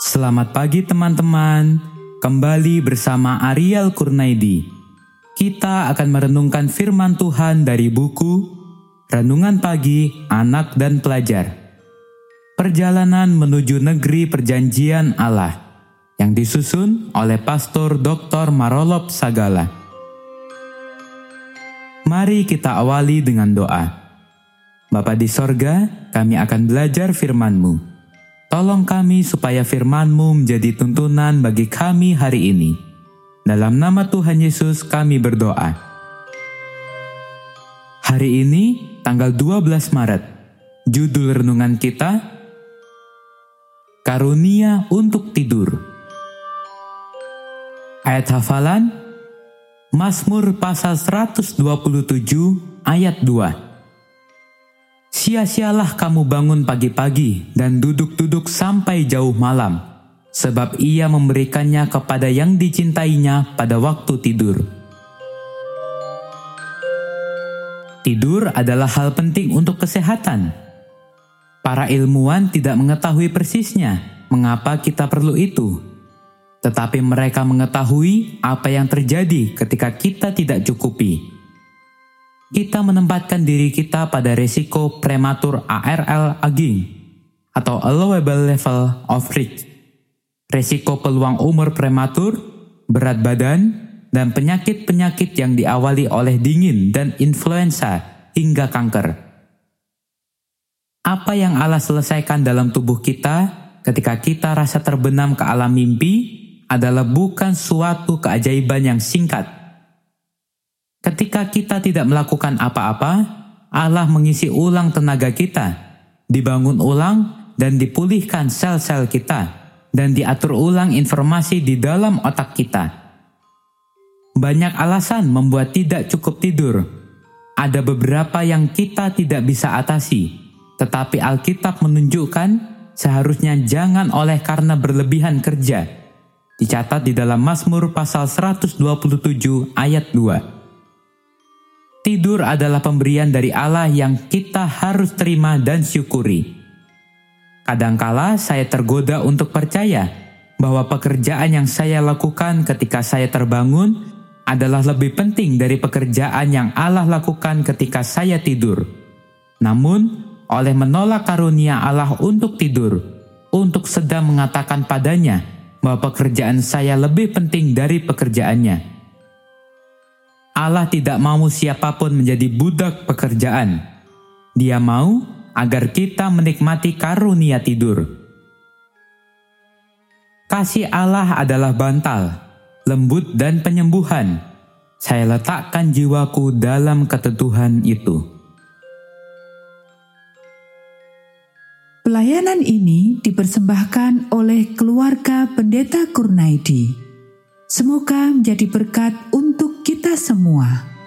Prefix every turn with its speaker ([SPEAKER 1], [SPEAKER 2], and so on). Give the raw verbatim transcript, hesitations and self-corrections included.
[SPEAKER 1] Selamat pagi teman-teman, kembali bersama Ariel Kurnaidi. Kita akan merenungkan firman Tuhan dari buku Renungan Pagi Anak dan Pelajar. Perjalanan menuju negeri perjanjian Allah yang disusun oleh Pastor doktor Marolop Sagala. Mari kita awali dengan doa. Bapa di sorga, kami akan belajar firman-Mu. Tolong kami supaya firman-Mu menjadi tuntunan bagi kami hari ini. Dalam nama Tuhan Yesus kami berdoa. Hari ini, tanggal dua belas Maret, judul renungan kita, Karunia untuk Tidur. Ayat hafalan, Mazmur pasal seratus dua puluh tujuh ayat dua. Sia-sialah kamu bangun pagi-pagi dan duduk-duduk sampai jauh malam, sebab ia memberikannya kepada yang dicintainya pada waktu tidur. Tidur adalah hal penting untuk kesehatan. Para ilmuwan tidak mengetahui persisnya mengapa kita perlu itu, tetapi mereka mengetahui apa yang terjadi ketika kita tidak cukupi. Kita menempatkan diri kita pada resiko prematur A R L aging atau allowable level of risk, resiko peluang umur prematur, berat badan, dan penyakit-penyakit yang diawali oleh dingin dan influenza hingga kanker. Apa yang Allah selesaikan dalam tubuh kita ketika kita rasa terbenam ke alam mimpi adalah bukan suatu keajaiban yang singkat. Ketika kita tidak melakukan apa-apa, Allah mengisi ulang tenaga kita, dibangun ulang dan dipulihkan sel-sel kita, dan diatur ulang informasi di dalam otak kita. Banyak alasan membuat tidak cukup tidur. Ada beberapa yang kita tidak bisa atasi, tetapi Alkitab menunjukkan seharusnya jangan oleh karena berlebihan kerja. Dicatat di dalam Mazmur pasal seratus dua puluh tujuh ayat dua. Tidur adalah pemberian dari Allah yang kita harus terima dan syukuri. Kadangkala saya tergoda untuk percaya bahwa pekerjaan yang saya lakukan ketika saya terbangun adalah lebih penting dari pekerjaan yang Allah lakukan ketika saya tidur. Namun, oleh menolak karunia Allah untuk tidur, untuk sedang mengatakan padanya bahwa pekerjaan saya lebih penting dari pekerjaannya. Allah tidak mau siapapun menjadi budak pekerjaan. Dia mau agar kita menikmati karunia tidur. Kasih Allah adalah bantal, lembut dan penyembuhan. Saya letakkan jiwaku dalam keteduhan itu.
[SPEAKER 2] Pelayanan ini dipersembahkan oleh keluarga Pendeta Kurnaidi. Semoga menjadi berkat untuk kita semua.